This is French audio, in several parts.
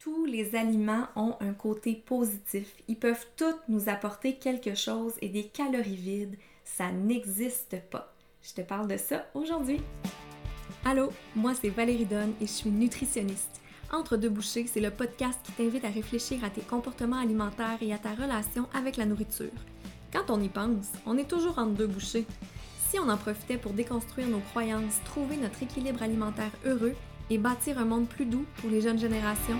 tous les aliments ont un côté positif. Ils peuvent tous nous apporter quelque chose et des calories vides, ça n'existe pas. Je te parle de ça aujourd'hui. Allô, moi c'est Valérie Donne et je suis nutritionniste. Entre deux bouchées, c'est le podcast qui t'invite à réfléchir à tes comportements alimentaires et à ta relation avec la nourriture. Quand on y pense, on est toujours entre deux bouchées. Si on en profitait pour déconstruire nos croyances, trouver notre équilibre alimentaire heureux et bâtir un monde plus doux pour les jeunes générations?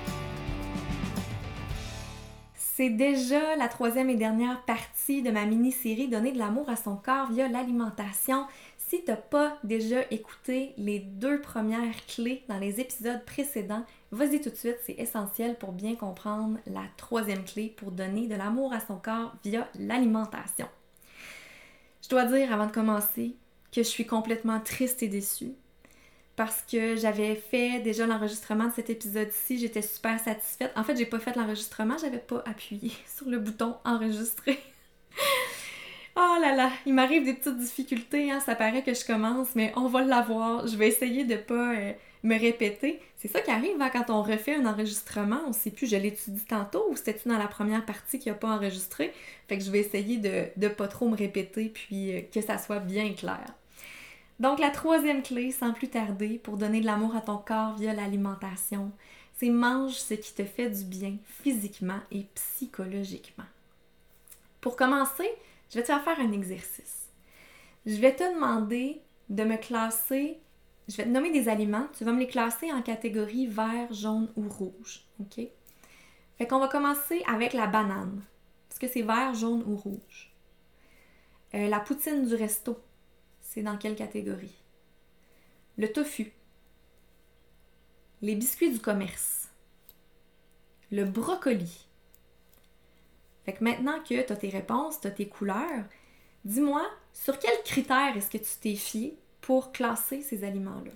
C'est déjà la troisième et dernière partie de ma mini-série Donner de l'amour à son corps via l'alimentation. Si t'as pas déjà écouté les 2 premières clés dans les épisodes précédents, vas-y tout de suite, c'est essentiel pour bien comprendre la 3e clé pour donner de l'amour à son corps via l'alimentation. Je dois dire avant de commencer que je suis complètement triste et déçue parce que j'avais fait déjà l'enregistrement de cet épisode-ci, j'étais super satisfaite. En fait, j'ai pas fait l'enregistrement, j'avais pas appuyé sur le bouton enregistrer. Oh là là, il m'arrive des petites difficultés, ça paraît que je commence, mais on va l'avoir. Je vais essayer de pas me répéter. C'est ça qui arrive quand on refait un enregistrement, on sait plus, je l'ai-tu dit tantôt ou c'était-tu dans la première partie qui a pas enregistré? Fait que je vais essayer de pas trop me répéter puis que ça soit bien clair. Donc la 3e clé, sans plus tarder, pour donner de l'amour à ton corps via l'alimentation, c'est mange ce qui te fait du bien physiquement et psychologiquement. Pour commencer, je vais te faire un exercice. Je vais te demander de me classer, je vais te nommer des aliments, tu vas me les classer en catégories vert, jaune ou rouge, ok? Fait qu'on va commencer avec la banane. Est-ce que c'est vert, jaune ou rouge? La poutine du resto, c'est dans quelle catégorie? Le tofu. Les biscuits du commerce. Le brocoli. Fait que maintenant que tu as tes réponses, tu as tes couleurs, dis-moi, sur quels critères est-ce que tu t'es fié pour classer ces aliments-là?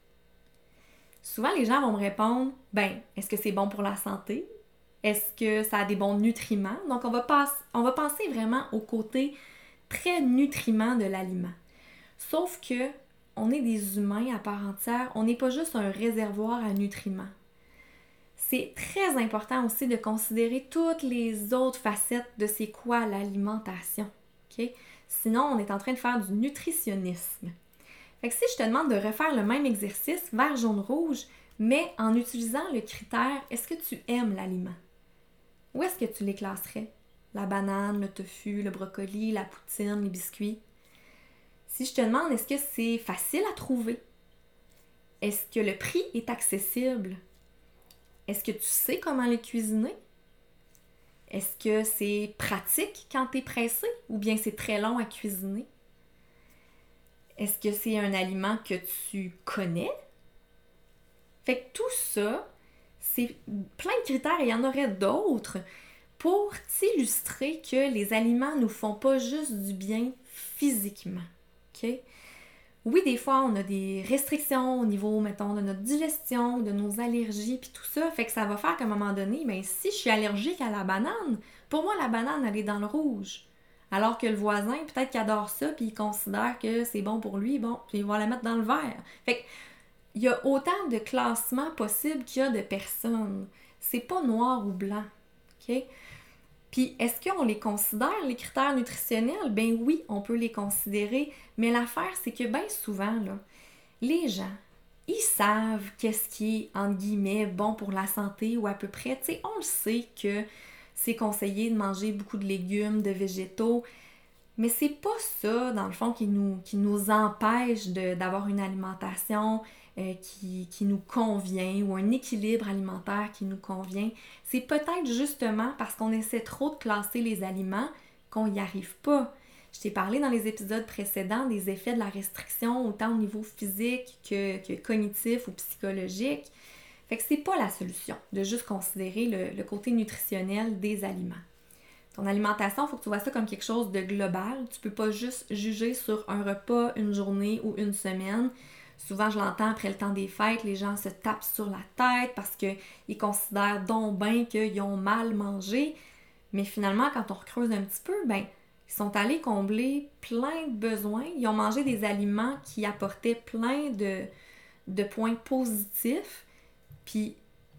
Souvent, les gens vont me répondre, est-ce que c'est bon pour la santé? Est-ce que ça a des bons nutriments? Donc, on va penser vraiment au côté très nutriment de l'aliment. Sauf que, on est des humains à part entière, on n'est pas juste un réservoir à nutriments. C'est très important aussi de considérer toutes les autres facettes de c'est quoi l'alimentation. Okay? Sinon, on est en train de faire du nutritionnisme. Fait que si je te demande de refaire le même exercice, vert, jaune, rouge, mais en utilisant le critère, est-ce que tu aimes l'aliment? Où est-ce que tu les classerais? La banane, le tofu, le brocoli, la poutine, les biscuits. Si je te demande, est-ce que c'est facile à trouver? Est-ce que le prix est accessible? Est-ce que tu sais comment les cuisiner? Est-ce que c'est pratique quand tu es pressé ou bien c'est très long à cuisiner? Est-ce que c'est un aliment que tu connais? Fait que tout ça, c'est plein de critères et il y en aurait d'autres pour t'illustrer que les aliments nous font pas juste du bien physiquement. OK? Oui, des fois, on a des restrictions au niveau, mettons, de notre digestion, de nos allergies, puis tout ça. Fait que ça va faire qu'à un moment donné, si je suis allergique à la banane, pour moi, la banane, elle est dans le rouge. Alors que le voisin, peut-être qu'il adore ça, puis il considère que c'est bon pour lui, puis il va la mettre dans le vert. Fait que, il y a autant de classements possibles qu'il y a de personnes. C'est pas noir ou blanc, OK? Puis, est-ce qu'on les considère, les critères nutritionnels? Ben oui, on peut les considérer, mais l'affaire, c'est que bien souvent, là, les gens, ils savent qu'est-ce qui est, entre guillemets, bon pour la santé ou à peu près. Tu sais, on le sait que c'est conseillé de manger beaucoup de légumes, de végétaux, mais c'est pas ça, dans le fond, qui nous empêche d'avoir une alimentation qui nous convient ou un équilibre alimentaire qui nous convient. C'est peut-être justement parce qu'on essaie trop de classer les aliments qu'on n'y arrive pas. Je t'ai parlé dans les épisodes précédents des effets de la restriction, autant au niveau physique que cognitif ou psychologique. Fait que c'est pas la solution de juste considérer le côté nutritionnel des aliments. Ton alimentation, il faut que tu vois ça comme quelque chose de global. Tu peux pas juste juger sur un repas, une journée ou une semaine. Souvent, je l'entends après le temps des fêtes, les gens se tapent sur la tête parce qu'ils considèrent donc bien qu'ils ont mal mangé. Mais finalement, quand on recreuse un petit peu, ils sont allés combler plein de besoins. Ils ont mangé des aliments qui apportaient plein de points positifs. Puis,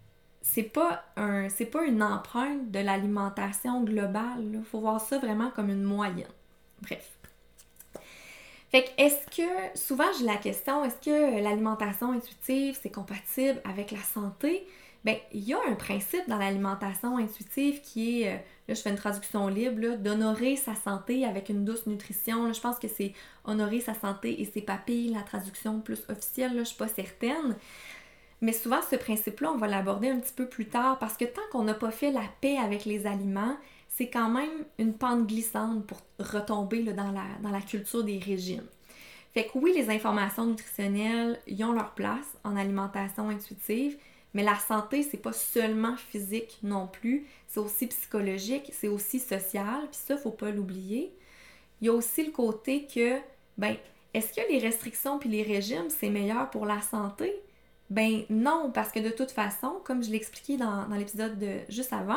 c'est pas une empreinte de l'alimentation globale. Il faut voir ça vraiment comme une moyenne. Bref. Fait que est-ce que, souvent j'ai la question, est-ce que l'alimentation intuitive, c'est compatible avec la santé? Ben, il y a un principe dans l'alimentation intuitive qui est, là je fais une traduction libre, là, d'honorer sa santé avec une douce nutrition. Là, je pense que c'est honorer sa santé et ses papilles, la traduction plus officielle, là, je suis pas certaine. Mais souvent, ce principe-là, on va l'aborder un petit peu plus tard parce que tant qu'on n'a pas fait la paix avec les aliments, c'est quand même une pente glissante pour retomber là, dans la culture des régimes. Fait que oui, les informations nutritionnelles, ils ont leur place en alimentation intuitive, mais la santé, c'est pas seulement physique non plus, c'est aussi psychologique, c'est aussi social, puis ça, faut pas l'oublier. Il y a aussi le côté que, ben, est-ce que les restrictions puis les régimes, c'est meilleur pour la santé? Ben non, parce que de toute façon, comme je l'ai expliqué dans l'épisode de juste avant,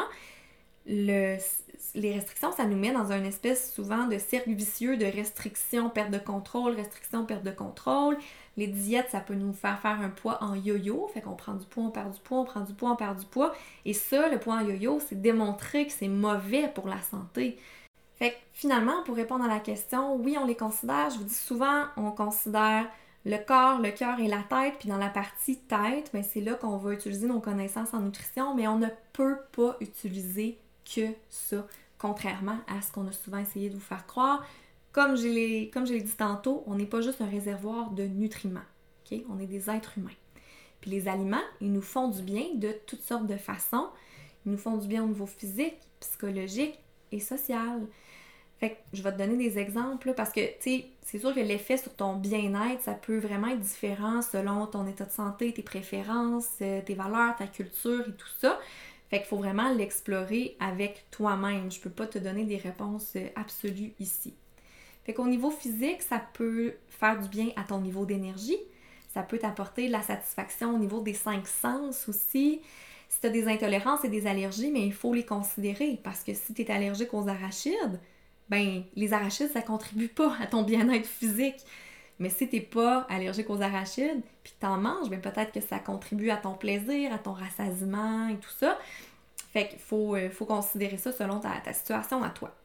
les restrictions, ça nous met dans une espèce souvent de cercle vicieux de restriction, perte de contrôle, restriction, perte de contrôle. Les diètes, ça peut nous faire un poids en yo-yo, fait qu'on prend du poids, on perd du poids, on prend du poids, on perd du poids. Et ça, le poids en yo-yo, c'est démontré que c'est mauvais pour la santé. Fait que finalement, pour répondre à la question, oui, on les considère. Je vous dis souvent, on considère le corps, le cœur et la tête. Puis dans la partie tête, ben c'est là qu'on va utiliser nos connaissances en nutrition, mais on ne peut pas utiliser que ça, contrairement à ce qu'on a souvent essayé de vous faire croire. Comme je l'ai dit tantôt, on n'est pas juste un réservoir de nutriments. Okay? On est des êtres humains. Puis les aliments, ils nous font du bien de toutes sortes de façons. Ils nous font du bien au niveau physique, psychologique et social. Fait que je vais te donner des exemples parce que, tu sais, c'est sûr que l'effet sur ton bien-être, ça peut vraiment être différent selon ton état de santé, tes préférences, tes valeurs, ta culture et tout ça. Fait qu'il faut vraiment l'explorer avec toi-même. Je peux pas te donner des réponses absolues ici. Fait qu'au niveau physique, ça peut faire du bien à ton niveau d'énergie. Ça peut t'apporter de la satisfaction au niveau des 5 sens aussi. Si tu as des intolérances et des allergies, mais il faut les considérer parce que si tu es allergique aux arachides, ben les arachides, ça contribue pas à ton bien-être physique. Mais si t'es pas allergique aux arachides, puis que t'en manges, ben peut-être que ça contribue à ton plaisir, à ton rassasiement et tout ça. Fait qu'il faut considérer ça selon ta situation à toi.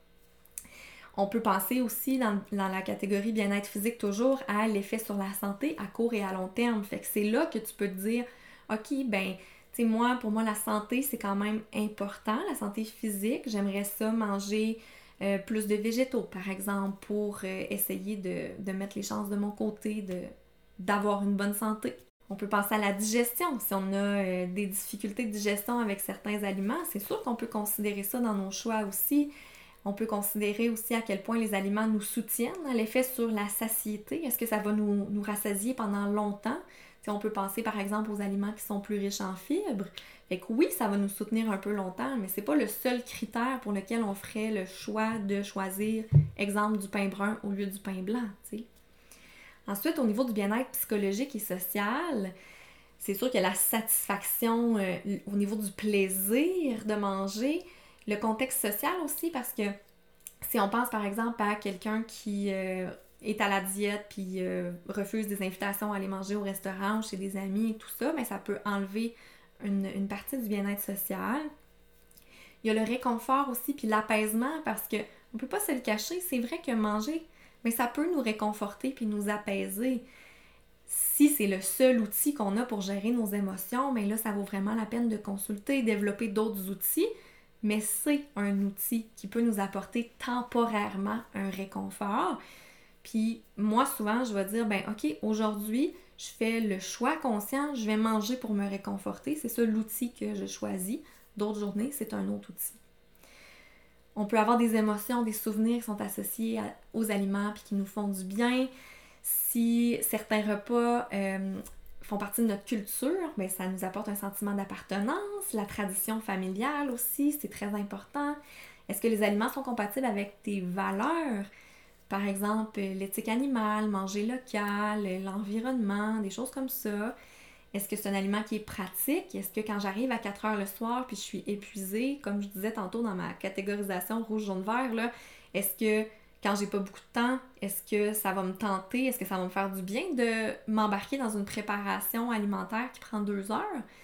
On peut penser aussi dans la catégorie bien-être physique toujours à l'effet sur la santé à court et à long terme. Fait que c'est là que tu peux te dire, ok, ben, tu sais, pour moi, la santé, c'est quand même important, la santé physique. J'aimerais ça manger plus de végétaux, par exemple, pour essayer de mettre les chances de mon côté d'avoir une bonne santé. On peut penser à la digestion. Si on a des difficultés de digestion avec certains aliments, c'est sûr qu'on peut considérer ça dans nos choix aussi. On peut considérer aussi à quel point les aliments nous soutiennent, l'effet sur la satiété. Est-ce que ça va nous rassasier pendant longtemps? T'sais, on peut penser par exemple aux aliments qui sont plus riches en fibres. Fait que oui, ça va nous soutenir un peu longtemps, mais c'est pas le seul critère pour lequel on ferait le choix de choisir, exemple, du pain brun au lieu du pain blanc. T'sais. Ensuite, au niveau du bien-être psychologique et social, c'est sûr que la satisfaction au niveau du plaisir de manger, le contexte social aussi, parce que si on pense par exemple à quelqu'un qui est à la diète puis refuse des invitations à aller manger au restaurant ou chez des amis et tout ça, bien, ça peut enlever une partie du bien-être social. Il y a le réconfort aussi puis l'apaisement parce que on peut pas se le cacher, c'est vrai que manger, mais ça peut nous réconforter puis nous apaiser. Si c'est le seul outil qu'on a pour gérer nos émotions, mais là, ça vaut vraiment la peine de consulter et développer d'autres outils. Mais c'est un outil qui peut nous apporter temporairement un réconfort. Puis moi, souvent, je vais dire, ben ok, aujourd'hui, je fais le choix conscient, je vais manger pour me réconforter. C'est ça l'outil que je choisis. D'autres journées, c'est un autre outil. On peut avoir des émotions, des souvenirs qui sont associés aux aliments puis qui nous font du bien. Si certains repas font partie de notre culture, bien, ça nous apporte un sentiment d'appartenance, la tradition familiale aussi, c'est très important. Est-ce que les aliments sont compatibles avec tes valeurs? Par exemple, l'éthique animale, manger local, l'environnement, des choses comme ça. Est-ce que c'est un aliment qui est pratique? Est-ce que quand j'arrive à 4 heures le soir puis je suis épuisée, comme je disais tantôt dans ma catégorisation rouge, jaune, vert, là, est-ce que quand j'ai pas beaucoup de temps, est-ce que ça va me tenter? Est-ce que ça va me faire du bien de m'embarquer dans une préparation alimentaire qui prend 2 heures?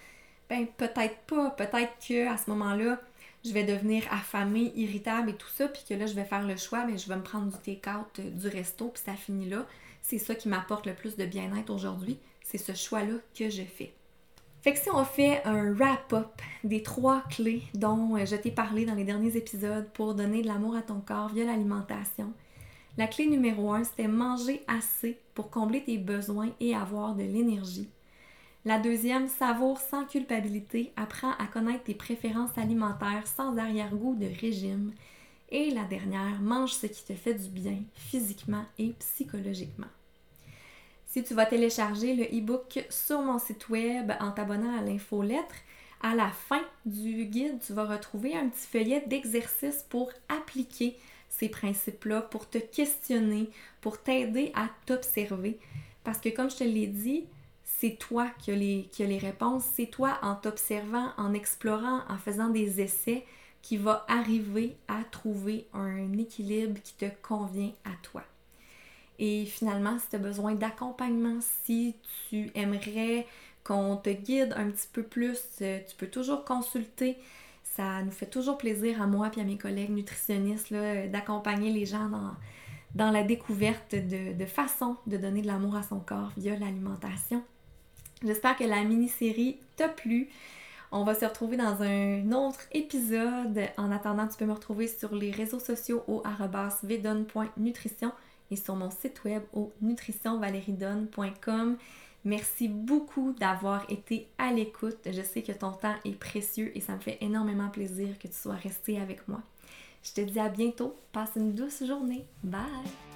ben peut-être pas. Peut-être qu'à ce moment-là, je vais devenir affamée, irritable et tout ça, puis que là, je vais faire le choix, mais je vais me prendre du take-out du resto, puis ça finit là. C'est ça qui m'apporte le plus de bien-être aujourd'hui. C'est ce choix-là que je fais. Fait que si on fait un wrap-up des 3 clés dont je t'ai parlé dans les derniers épisodes pour donner de l'amour à ton corps via l'alimentation, la clé numéro 1, c'était manger assez pour combler tes besoins et avoir de l'énergie. La deuxième, savoure sans culpabilité, apprends à connaître tes préférences alimentaires sans arrière-goût de régime. Et la dernière, mange ce qui te fait du bien physiquement et psychologiquement. Si tu vas télécharger le e-book sur mon site web en t'abonnant à l'infolettre, à la fin du guide, tu vas retrouver un petit feuillet d'exercices pour appliquer ces principes-là, pour te questionner, pour t'aider à t'observer. Parce que comme je te l'ai dit, c'est toi qui as les réponses, c'est toi en t'observant, en explorant, en faisant des essais qui va arriver à trouver un équilibre qui te convient à toi. Et finalement, si tu as besoin d'accompagnement, si tu aimerais qu'on te guide un petit peu plus, tu peux toujours consulter. Ça nous fait toujours plaisir à moi et à mes collègues nutritionnistes là, d'accompagner les gens dans la découverte de façons de donner de l'amour à son corps via l'alimentation. J'espère que la mini-série t'a plu. On va se retrouver dans un autre épisode. En attendant, tu peux me retrouver sur les réseaux sociaux au @vedon.nutrition et sur mon site web au nutritionvaleriedonne.com. Merci beaucoup d'avoir été à l'écoute. Je sais que ton temps est précieux et ça me fait énormément plaisir que tu sois resté avec moi. Je te dis à bientôt. Passe une douce journée. Bye!